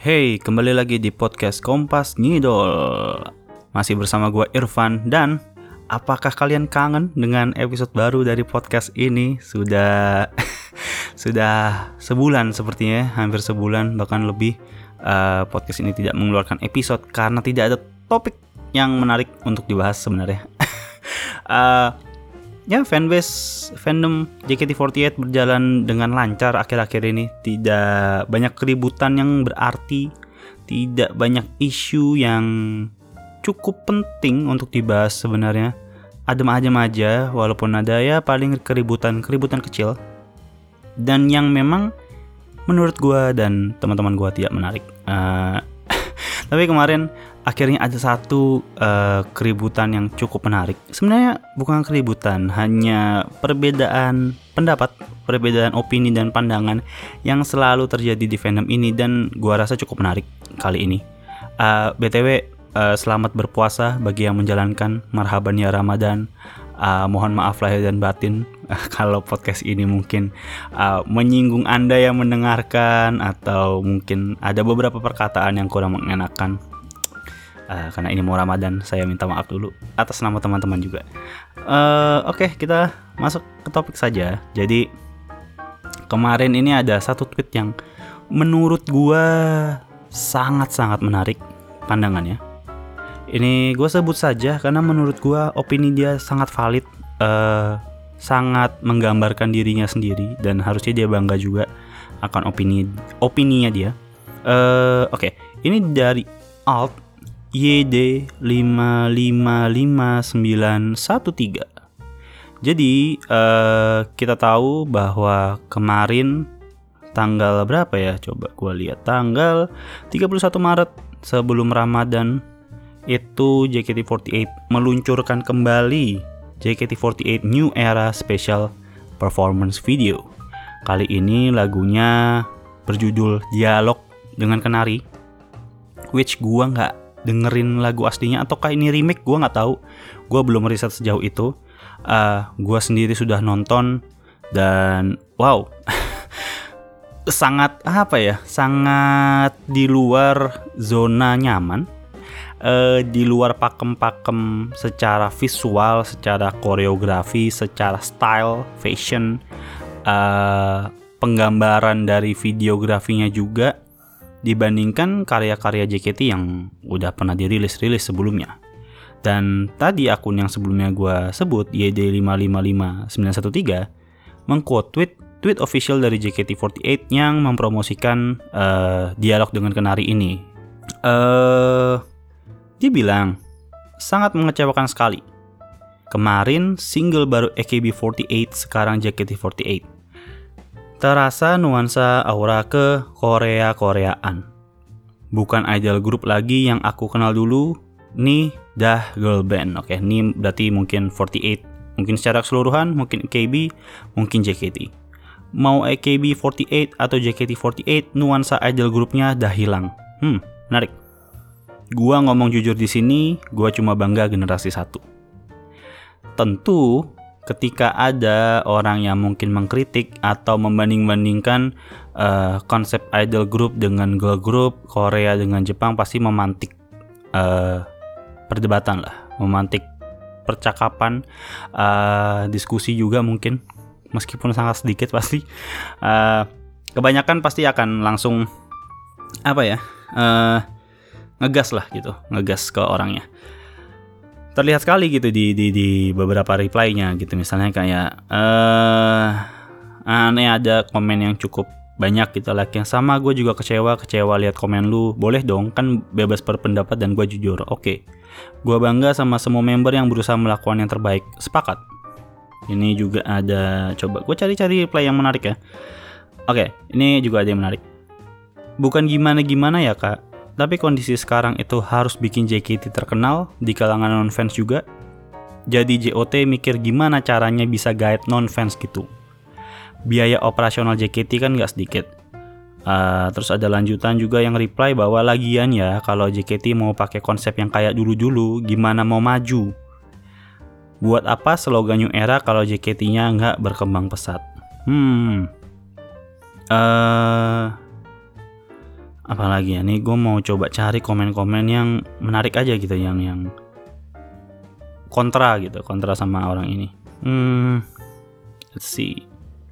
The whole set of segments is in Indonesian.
Hey, kembali lagi di podcast Kompas Ngidol. Masih bersama gue Irfan. Dan apakah kalian kangen dengan episode baru dari podcast ini? Sudah sebulan sepertinya, hampir sebulan bahkan lebih. Podcast ini tidak mengeluarkan episode karena tidak ada topik yang menarik untuk dibahas sebenarnya. Fanbase fandom JKT48 berjalan dengan lancar akhir-akhir ini. Tidak banyak keributan yang berarti, tidak banyak isu yang cukup penting untuk dibahas sebenarnya. Adem-adem aja, walaupun ada ya paling keributan kecil. Dan yang memang menurut gue dan teman-teman gue tidak menarik. Tapi kemarin akhirnya ada satu keributan yang cukup menarik. Sebenarnya bukan keributan, hanya perbedaan pendapat, perbedaan opini dan pandangan yang selalu terjadi di fandom ini, dan gua rasa cukup menarik kali ini. BTW, selamat berpuasa bagi yang menjalankan. Marhaban ya Ramadan. Mohon maaf lahir dan batin kalau podcast ini mungkin menyinggung Anda yang mendengarkan, atau mungkin ada beberapa perkataan yang kurang mengenakan. Karena ini mau Ramadan, saya minta maaf dulu atas nama teman-teman juga. Oke, kita masuk ke topik saja. Jadi kemarin ini ada satu tweet yang menurut gua sangat-sangat menarik pandangannya. Ini gue sebut saja karena menurut gue opini dia sangat valid, sangat menggambarkan dirinya sendiri, dan harusnya dia bangga juga akan opininya dia. Oke, ini dari alt YD555913. Jadi kita tahu bahwa kemarin tanggal berapa ya? Coba gue lihat, tanggal 31 Maret sebelum Ramadan itu JKT48 meluncurkan kembali JKT48 New Era Special Performance Video. Kali ini lagunya berjudul Dialog dengan Kenari, which gua nggak dengerin lagu aslinya ataukah ini remake, gua nggak tahu. Gua belum riset sejauh itu. Gua sendiri sudah nonton dan wow, sangat sangat di luar zona nyaman. Di luar pakem-pakem secara visual, secara koreografi, secara style, fashion, penggambaran dari videografinya juga, dibandingkan karya-karya JKT yang udah pernah dirilis sebelumnya. Dan tadi akun yang sebelumnya gue sebut, YD555913, mengquote tweet official dari JKT48 yang mempromosikan Dialog dengan Kenari ini. Dia bilang, sangat mengecewakan sekali. Kemarin single baru AKB48, sekarang JKT48. Terasa nuansa aura ke Korea-Koreaan. Bukan idol group lagi yang aku kenal dulu. Nih dah girl band. Oke, ini berarti mungkin 48. Mungkin secara keseluruhan, mungkin AKB, mungkin JKT. Mau AKB48 atau JKT48, nuansa idol grupnya dah hilang. Menarik. Gua ngomong jujur di sini, gua cuma bangga generasi 1. Tentu ketika ada orang yang mungkin mengkritik atau membanding-bandingkan konsep idol group dengan girl group, Korea dengan Jepang, pasti memantik perdebatan lah, memantik percakapan, diskusi juga mungkin, meskipun sangat sedikit pasti. Kebanyakan pasti akan langsung ngegas ke orangnya. Terlihat sekali gitu di beberapa reply-nya gitu, misalnya kayak aneh, ada komen yang cukup banyak gitu, like yang sama gue juga kecewa lihat komen lu. Boleh dong, kan bebas berpendapat dan gue jujur. Oke. Gue bangga sama semua member yang berusaha melakukan yang terbaik. Sepakat. Ini juga ada, coba gue cari reply yang menarik ya. Oke, ini juga ada yang menarik. Bukan gimana-gimana ya kak, tapi kondisi sekarang itu harus bikin JKT terkenal di kalangan non-fans juga. Jadi JOT mikir gimana caranya bisa guide non-fans gitu. Biaya operasional JKT kan gak sedikit. Terus ada lanjutan juga yang reply bahwa lagian ya, kalau JKT mau pakai konsep yang kayak dulu-dulu, gimana mau maju? Buat apa slogan New Era kalau JKT-nya gak berkembang pesat? Apalagi ya, nih gue mau coba cari komen-komen yang menarik aja gitu, yang kontra gitu, kontra sama orang ini. Let's see.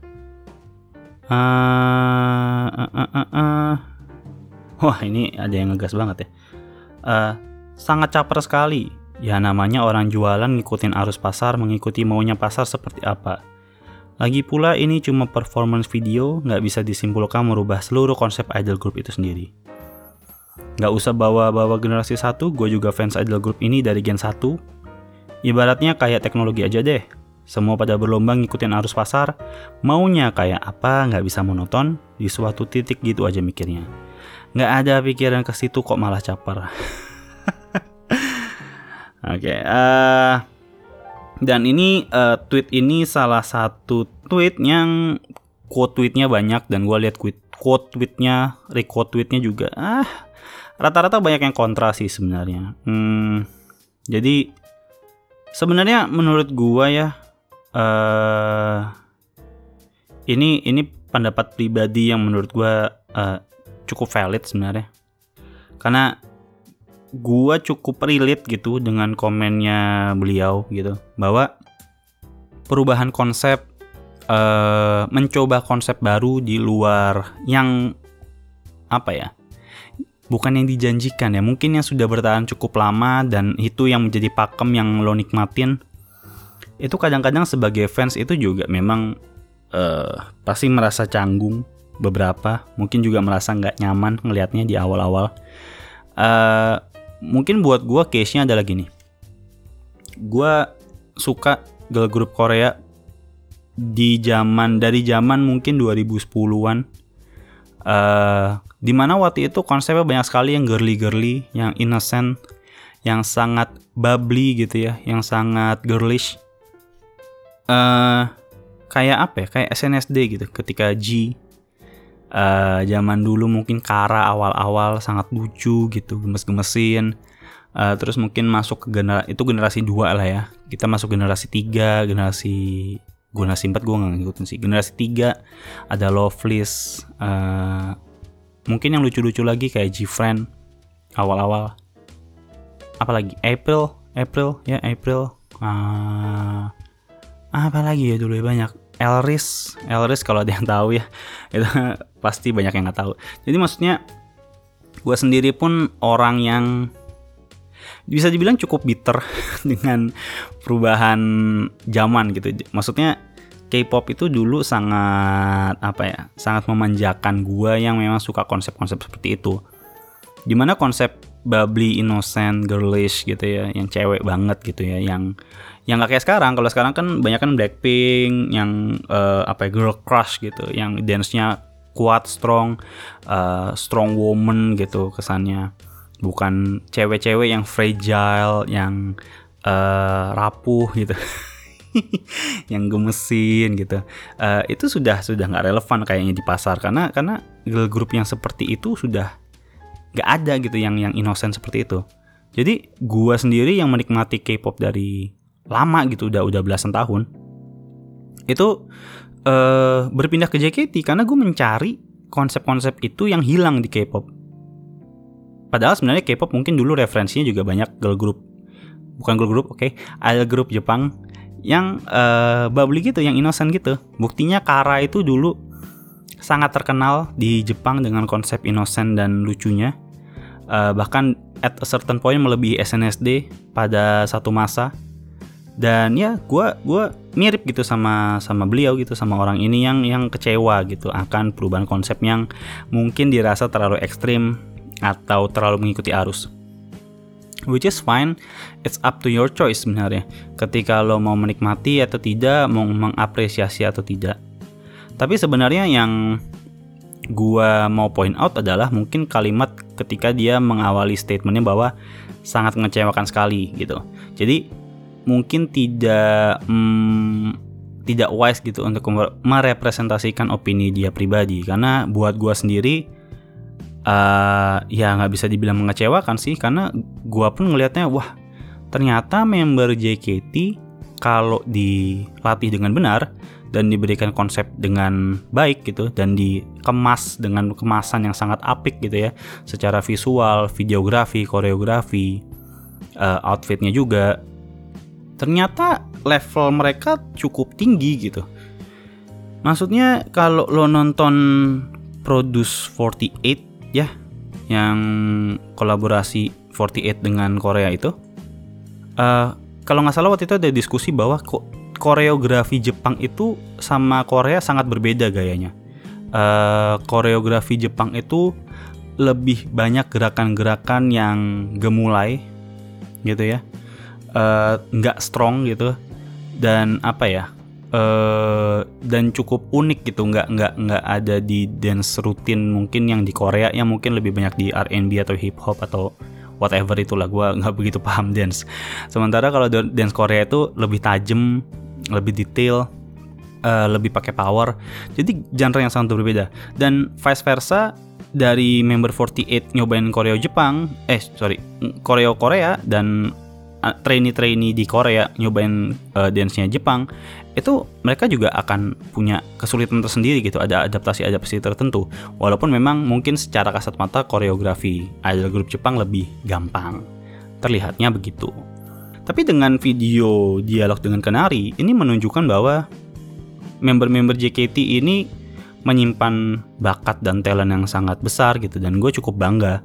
Wah, ini ada yang ngegas banget ya. Sangat caper sekali. Ya namanya orang jualan ngikutin arus pasar, mengikuti maunya pasar seperti apa. Lagi pula ini cuma performance video, gak bisa disimpulkan merubah seluruh konsep idol group itu sendiri. Gak usah bawa-bawa generasi 1, gue juga fans idol group ini dari gen 1. Ibaratnya kayak teknologi aja deh. Semua pada berlomba ngikutin arus pasar, maunya kayak apa gak bisa monoton, di suatu titik gitu aja mikirnya. Gak ada pikiran ke situ kok malah caper. Oke, dan ini tweet ini salah satu tweet yang quote tweetnya banyak, dan gue lihat quote tweetnya, requote tweetnya juga rata-rata banyak yang kontra sih sebenarnya. Jadi sebenarnya menurut gue ya, ini pendapat pribadi yang menurut gue cukup valid sebenarnya, karena gue cukup relate gitu dengan komennya beliau gitu, bahwa perubahan konsep, mencoba konsep baru di luar yang bukan yang dijanjikan ya, mungkin yang sudah bertahan cukup lama dan itu yang menjadi pakem yang lo nikmatin. Itu kadang-kadang sebagai fans itu juga memang pasti merasa canggung, beberapa mungkin juga merasa nggak nyaman ngelihatnya di awal-awal. Mungkin buat gue case-nya adalah gini. Gue suka girl group Korea dari zaman mungkin 2010-an. Dimana waktu itu konsepnya banyak sekali yang girly, yang innocent, yang sangat bubbly gitu ya, yang sangat girlish. Kayak kayak SNSD gitu. Ketika G zaman dulu mungkin Kara awal-awal sangat lucu gitu, gemes-gemesin. Terus mungkin masuk ke generasi 2 lah ya. Kita masuk generasi 3, generasi 4 gue gak ngikutin sih. Generasi 3 ada Loveless, mungkin yang lucu-lucu lagi kayak G-Friend awal-awal. Apalagi April. Apa lagi ya dulu ya, banyak. Elris kalau ada yang tahu ya, itu pasti banyak yang nggak tahu. Jadi maksudnya gue sendiri pun orang yang bisa dibilang cukup bitter dengan perubahan zaman gitu. Maksudnya K-pop itu dulu sangat sangat memanjakan gue yang memang suka konsep-konsep seperti itu. Dimana konsep bubbly, innocent, girlish gitu ya, yang cewek banget gitu ya, yang nggak kayak sekarang. Kalau sekarang kan banyak kan Blackpink yang girl crush gitu, yang dance-nya kuat, strong woman gitu kesannya, bukan cewek-cewek yang fragile, yang rapuh gitu. Yang gemesin gitu. Itu sudah nggak relevan kayaknya di pasar, karena girl group yang seperti itu sudah nggak ada gitu, yang innocent seperti itu. Jadi gua sendiri yang menikmati K-pop dari lama gitu, udah belasan tahun, itu berpindah ke JKT karena gue mencari konsep-konsep itu yang hilang di K-pop. Padahal sebenarnya K-pop mungkin dulu referensinya juga banyak idol group Jepang yang bubbly gitu, yang innocent gitu. Buktinya Kara itu dulu sangat terkenal di Jepang dengan konsep innocent dan lucunya. Bahkan at a certain point melebihi SNSD pada satu masa. Dan ya gue mirip gitu sama beliau gitu, sama orang ini yang kecewa gitu akan perubahan konsep yang mungkin dirasa terlalu ekstrim atau terlalu mengikuti arus. Which is fine, it's up to your choice sebenarnya. Ketika lo mau menikmati atau tidak, mau mengapresiasi atau tidak. Tapi sebenarnya yang gua mau point out adalah mungkin kalimat ketika dia mengawali statementnya bahwa sangat mengecewakan sekali gitu. Jadi mungkin tidak wise gitu untuk merepresentasikan opini dia pribadi, karena buat gua sendiri ya nggak bisa dibilang mengecewakan sih, karena gua pun ngelihatnya wah ternyata member JKT kalau dilatih dengan benar dan diberikan konsep dengan baik gitu, dan dikemas dengan kemasan yang sangat apik gitu ya, secara visual, videografi, koreografi, outfitnya juga, ternyata level mereka cukup tinggi gitu. Maksudnya kalau lo nonton Produce 48 ya, yang kolaborasi 48 dengan Korea itu, kalau nggak salah waktu itu ada diskusi bahwa koreografi Jepang itu sama Korea sangat berbeda gayanya. Koreografi Jepang itu lebih banyak gerakan-gerakan yang gemulai gitu ya, nggak strong gitu, dan apa ya, dan cukup unik gitu, nggak ada di dance rutin mungkin yang di Korea, yang mungkin lebih banyak di R&B atau hip hop atau whatever itulah, gue nggak begitu paham dance. Sementara kalau dance Korea itu lebih tajam, lebih detail, lebih pakai power. Jadi genre yang sangat berbeda. Dan vice versa, dari member 48 nyobain koreo Korea dan trainee di Korea nyobain dance-nya Jepang, itu mereka juga akan punya kesulitan tersendiri gitu, ada adaptasi tertentu. Walaupun memang mungkin secara kasat mata koreografi idol grup Jepang lebih gampang, terlihatnya begitu. Tapi dengan video dialog dengan Kenari, ini menunjukkan bahwa member-member JKT ini menyimpan bakat dan talent yang sangat besar gitu, dan gue cukup bangga.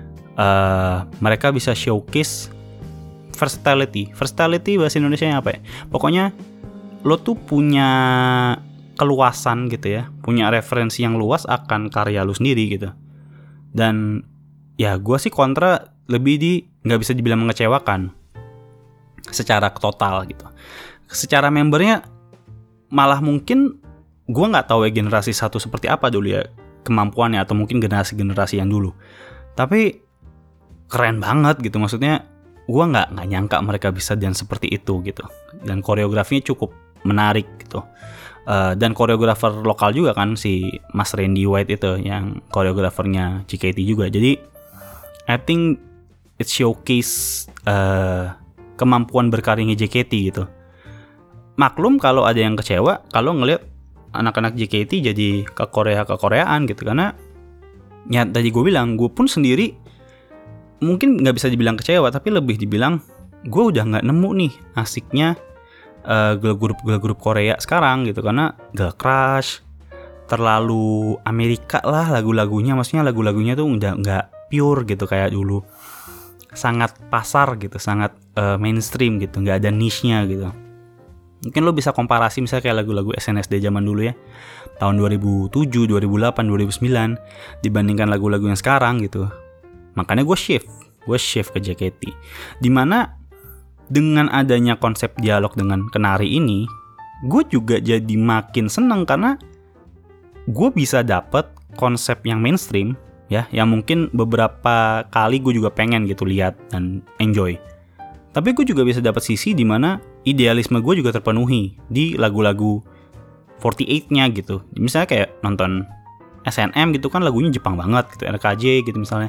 Mereka bisa showcase versatility bahasa Indonesianya apa ya? Pokoknya lo tuh punya keluasan gitu ya, punya referensi yang luas akan karya lo sendiri gitu. Dan ya gue sih kontra, lebih nggak bisa dibilang mengecewakan secara total gitu. Secara membernya malah mungkin gue nggak tahu ya generasi satu seperti apa dulu ya kemampuannya, atau mungkin generasi yang dulu. Tapi keren banget gitu, maksudnya gue nggak nyangka mereka bisa dance seperti itu gitu, dan koreografinya cukup menarik gitu. Dan koreografer lokal juga kan, si Mas Randy White itu yang koreografernya JKT juga. Jadi I think it showcase kemampuan berkaryanya JKT gitu. Maklum kalau ada yang kecewa kalau ngelihat anak-anak JKT jadi Koreaan gitu, karena ya tadi gue bilang, gue pun sendiri mungkin nggak bisa dibilang kecewa, tapi lebih dibilang gue udah nggak nemu nih asiknya girl group Korea sekarang gitu, karena girl crush, terlalu Amerika lah lagu-lagunya, maksudnya lagu-lagunya tuh udah nggak pure gitu kayak dulu, sangat pasar gitu, sangat mainstream gitu, nggak ada niche-nya gitu. Mungkin lo bisa komparasi misalnya kayak lagu-lagu SNSD zaman dulu ya, tahun 2007, 2008, 2009 dibandingkan lagu-lagu yang sekarang gitu. Makanya gue shift ke JKT. Dimana dengan adanya konsep dialog dengan Kenari ini, gue juga jadi makin seneng karena gue bisa dapet konsep yang mainstream ya, yang mungkin beberapa kali gue juga pengen gitu lihat dan enjoy. Tapi gue juga bisa dapat sisi dimana idealisme gue juga terpenuhi di lagu-lagu 48-nya gitu. Misalnya kayak nonton SNM gitu kan, lagunya Jepang banget gitu, RKJ gitu misalnya.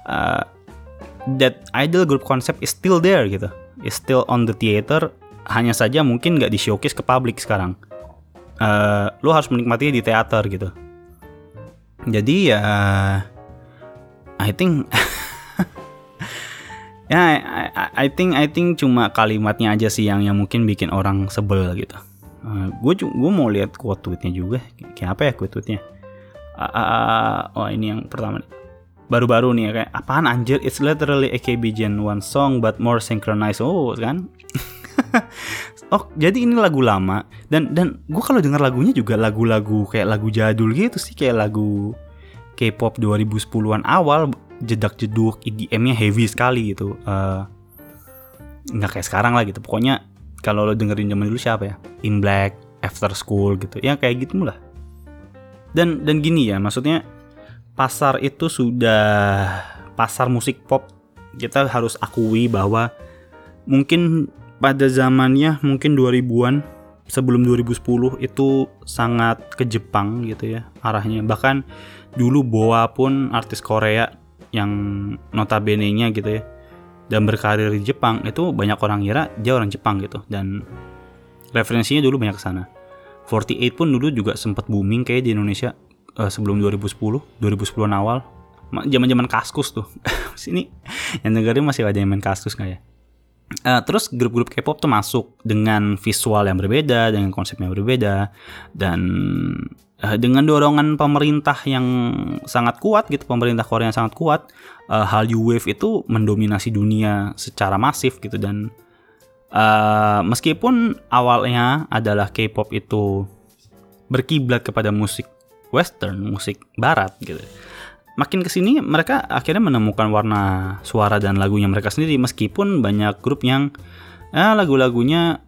That idol group concept is still there gitu, is still on the theater, hanya saja mungkin nggak di showcase ke publik sekarang. Lo harus menikmatinya di teater gitu. Jadi ya I think ya I think cuma kalimatnya aja sih yang mungkin bikin orang sebel gitu. Gue mau lihat quote tweetnya juga, kayak apa ya quote tweetnya. Oh ini yang pertama nih, baru-baru nih ya, kayak apaan anjir, it's literally AKB Gen 1 song but more synchronized. Oh kan. Oh jadi ini lagu lama, dan gue kalau dengar lagunya juga lagu-lagu kayak lagu jadul gitu sih, kayak lagu K-pop 2010-an awal, jedak-jeduk, EDM-nya heavy sekali gitu. Nggak kayak sekarang lah gitu. Pokoknya kalau lo dengerin zaman dulu siapa ya, In Black, After School gitu ya, kayak gitu lah. Dan gini ya, maksudnya pasar itu sudah pasar musik pop, kita harus akui bahwa mungkin pada zamannya mungkin 2000-an, sebelum 2010 itu sangat ke Jepang gitu ya arahnya. Bahkan dulu Boa pun artis Korea yang notabene-nya gitu ya, dan berkarir di Jepang, itu banyak orang kira dia orang Jepang gitu, dan referensinya dulu banyak ke sana. 48 pun dulu juga sempat booming kayak di Indonesia sebelum 2010-an awal. Zaman-zaman Kaskus tuh. Sini yang dengerin masih ada yang main Kaskus nggak ya? Terus grup-grup K-pop tuh masuk dengan visual yang berbeda, dengan konsep yang berbeda, dan dengan dorongan pemerintah yang sangat kuat gitu, pemerintah Korea yang sangat kuat, Hallyu Wave itu mendominasi dunia secara masif gitu. Dan meskipun awalnya adalah K-pop itu berkiblat kepada musik Western, musik Barat gitu, makin kesini mereka akhirnya menemukan warna suara dan lagunya mereka sendiri, meskipun banyak grup yang lagu-lagunya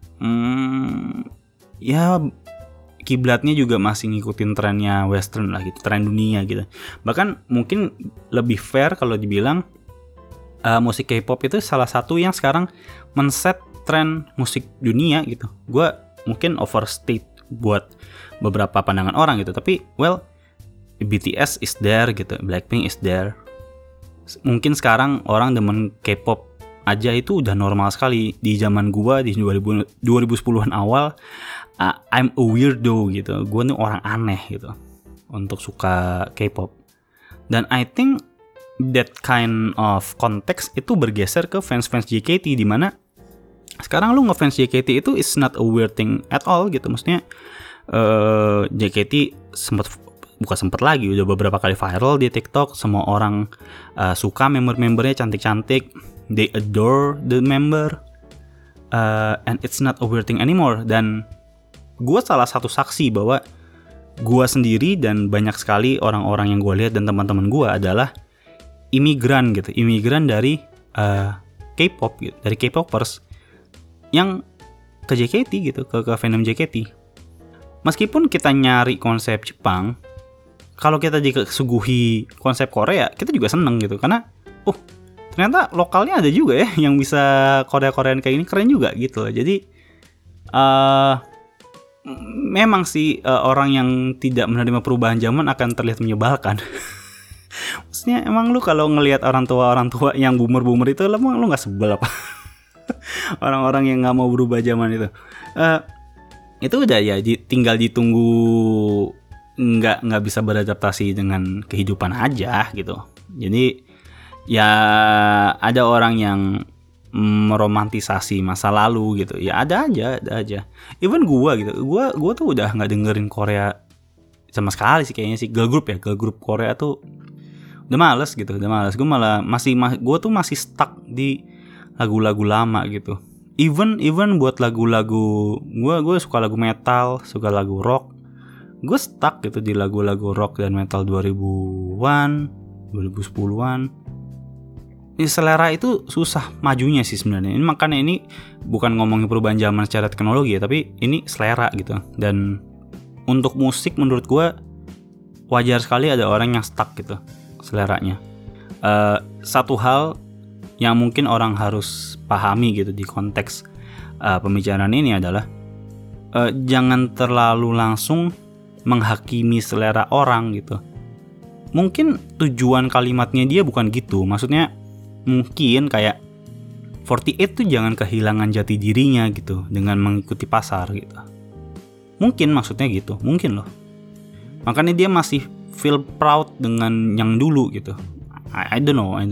ya kiblatnya juga masih ngikutin trennya Western lah gitu, tren dunia gitu. Bahkan mungkin lebih fair kalau dibilang musik K-pop itu salah satu yang sekarang men-set tren musik dunia gitu. Gue mungkin overstate buat beberapa pandangan orang gitu, tapi well, BTS is there gitu, Blackpink is there. Mungkin sekarang orang demen K-pop aja itu udah normal sekali. Di zaman gua di 2010-an awal, I'm a weirdo gitu. Gua nih orang aneh gitu untuk suka K-pop. Dan I think that kind of context itu bergeser ke fans-fans JKT, di mana sekarang lu ngefans JKT itu is not a weird thing at all gitu. Maksudnya JKT bukan sempat lagi, udah beberapa kali viral di TikTok. Semua orang suka member-membernya, cantik-cantik, they adore the member, and it's not a weird thing anymore. Dan gue salah satu saksi bahwa gue sendiri dan banyak sekali orang-orang yang gue lihat dan teman-teman gue adalah imigran gitu, imigran dari K-pop gitu, dari K-popers yang ke JKT gitu, ke fandom JKT. Meskipun kita nyari konsep Jepang, kalau kita disuguhi konsep Korea, kita juga seneng gitu, karena ternyata lokalnya ada juga ya yang bisa Korea-Korean kayak ini, keren juga gitu loh. Jadi memang sih orang yang tidak menerima perubahan zaman akan terlihat menyebalkan. Maksudnya emang lu kalau ngelihat orang tua yang boomer itu, emang lu nggak sebel apa? Orang-orang yang nggak mau berubah zaman itu udah ya tinggal ditunggu nggak bisa beradaptasi dengan kehidupan aja gitu. Jadi ya ada orang yang meromantisasi masa lalu gitu. Ya ada aja. Even gua gitu. Gua tuh udah nggak dengerin Korea sama sekali sih kayaknya sih. Girl group Korea tuh udah males. Gua malah gua tuh masih stuck di lagu-lagu lama gitu. Even buat lagu-lagu, gue suka lagu metal, suka lagu rock, gue stuck gitu di lagu-lagu rock dan metal 2000-an, 2010-an. Ini selera itu susah majunya sih sebenarnya. Ini makanya ini bukan ngomongin perubahan zaman secara teknologi ya, tapi ini selera gitu. Dan untuk musik menurut gue wajar sekali ada orang yang stuck gitu seleranya. Satu hal yang mungkin orang harus pahami gitu di konteks pembicaraan ini adalah jangan terlalu langsung menghakimi selera orang gitu. Mungkin tujuan kalimatnya dia bukan gitu. Maksudnya mungkin kayak 48 tuh jangan kehilangan jati dirinya gitu dengan mengikuti pasar gitu. Mungkin maksudnya gitu, mungkin loh. Makanya dia masih feel proud dengan yang dulu gitu. I don't know.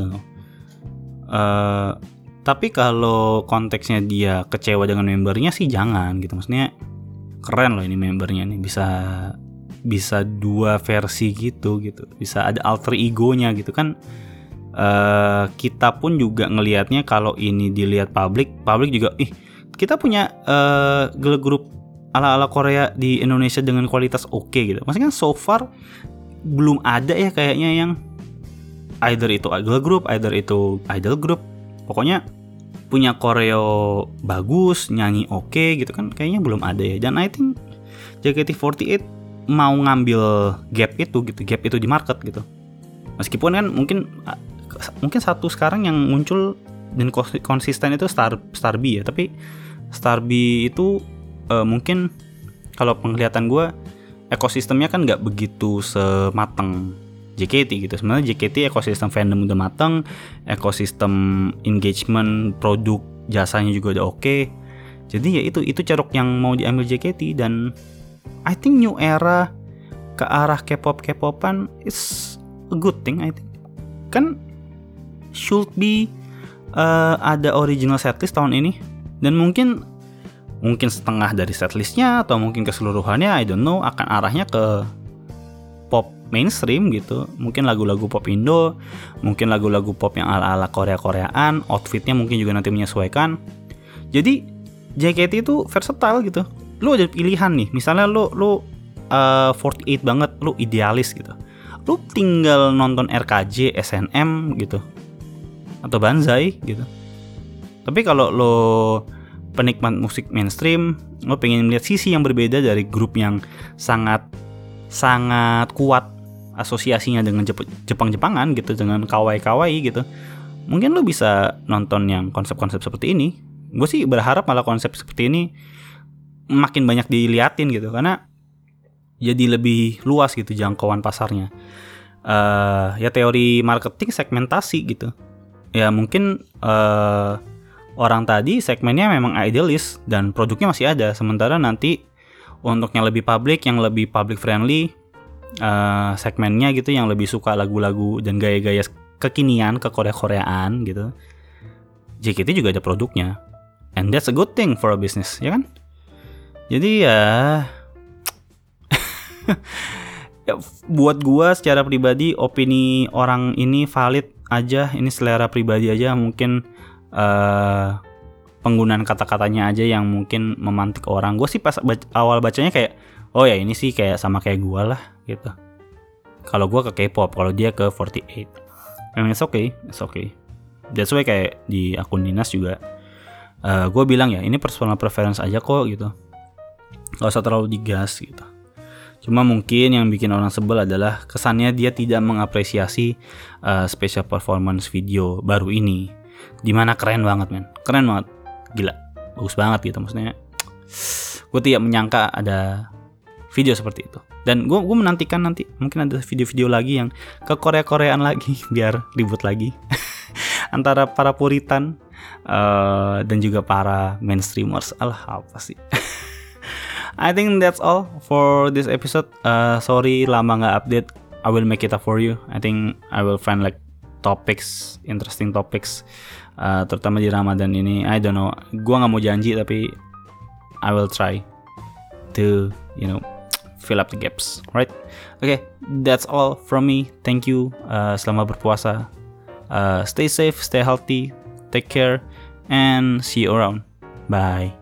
Tapi kalau konteksnya dia kecewa dengan membernya sih jangan gitu. Maksudnya keren loh ini membernya nih, bisa dua versi gitu. Bisa ada alter egonya gitu kan. Kita pun juga ngelihatnya kalau ini dilihat publik juga kita punya girl group ala-ala Korea di Indonesia dengan kualitas oke gitu. Maksudnya kan so far belum ada ya kayaknya yang either itu girl group, either itu idol group, pokoknya punya koreo bagus, nyanyi oke gitu kan, kayaknya belum ada ya. Dan I think JKT48 mau ngambil gap itu di market gitu. Meskipun kan mungkin satu sekarang yang muncul dan konsisten itu Starby ya, tapi Starby itu mungkin kalau penglihatan gue ekosistemnya kan nggak begitu semateng JKT gitu. Sebenarnya JKT ekosistem fandom udah matang, ekosistem engagement produk jasanya juga udah oke. Jadi ya itu ceruk yang mau diambil JKT. Dan I think new era ke arah K-pop-K-popan is a good thing, I think. Kan should be ada original setlist tahun ini, dan mungkin setengah dari setlistnya atau mungkin keseluruhannya, I don't know, akan arahnya ke pop mainstream gitu. Mungkin lagu-lagu pop Indo, mungkin lagu-lagu pop yang ala-ala Korea-Koreaan, outfitnya mungkin juga nanti menyesuaikan. Jadi JKT itu versatile gitu. Lu ada pilihan nih, misalnya lu 48 banget, lu idealis gitu, lu tinggal nonton RKJ, SNM gitu, atau Banzai gitu. Tapi kalau lo penikmat musik mainstream, lo pengen melihat sisi yang berbeda dari grup yang sangat kuat asosiasinya dengan Jepang-Jepangan gitu, dengan kawaii gitu, mungkin lo bisa nonton yang konsep-konsep seperti ini. Gue sih berharap malah konsep seperti ini makin banyak diliatin gitu, karena jadi lebih luas gitu jangkauan pasarnya. Ya teori marketing segmentasi gitu. Ya mungkin orang tadi segmennya memang idealis dan produknya masih ada, sementara nanti untuk yang lebih public friendly, segmennya gitu yang lebih suka lagu-lagu dan gaya-gaya kekinian ke Korea-Koreaan gitu, JKT juga ada produknya, and that's a good thing for a business, ya kan? Jadi ya buat gua secara pribadi, opini orang ini valid aja, ini selera pribadi aja, mungkin penggunaan kata-katanya aja yang mungkin memantik orang. Gue sih pas awal bacanya kayak, oh ya ini sih kayak sama kayak gue lah gitu. Kalau gue ke K-pop, kalau dia ke 48, and it's okay. That's why kayak di akun dinas juga gue bilang ya ini personal preference aja kok gitu, gak usah terlalu digas gitu. Cuma mungkin yang bikin orang sebel adalah kesannya dia tidak mengapresiasi special performance video baru ini, dimana keren banget gila, bagus banget gitu. Maksudnya gue tidak menyangka ada video seperti itu, dan gue menantikan nanti mungkin ada video-video lagi yang ke Korea-Koreaan lagi biar ribut lagi antara para puritan dan juga para mainstreamers. Alah apa sih. I think that's all for this episode. Sorry lama nggak update. I will make it up for you. I think I will find like interesting topics, terutama di Ramadan ini. I don't know. Gua nggak mau janji, tapi I will try to fill up the gaps. Right? Okay, that's all from me. Thank you. Selamat berpuasa. Stay safe, stay healthy, take care, and see you around. Bye.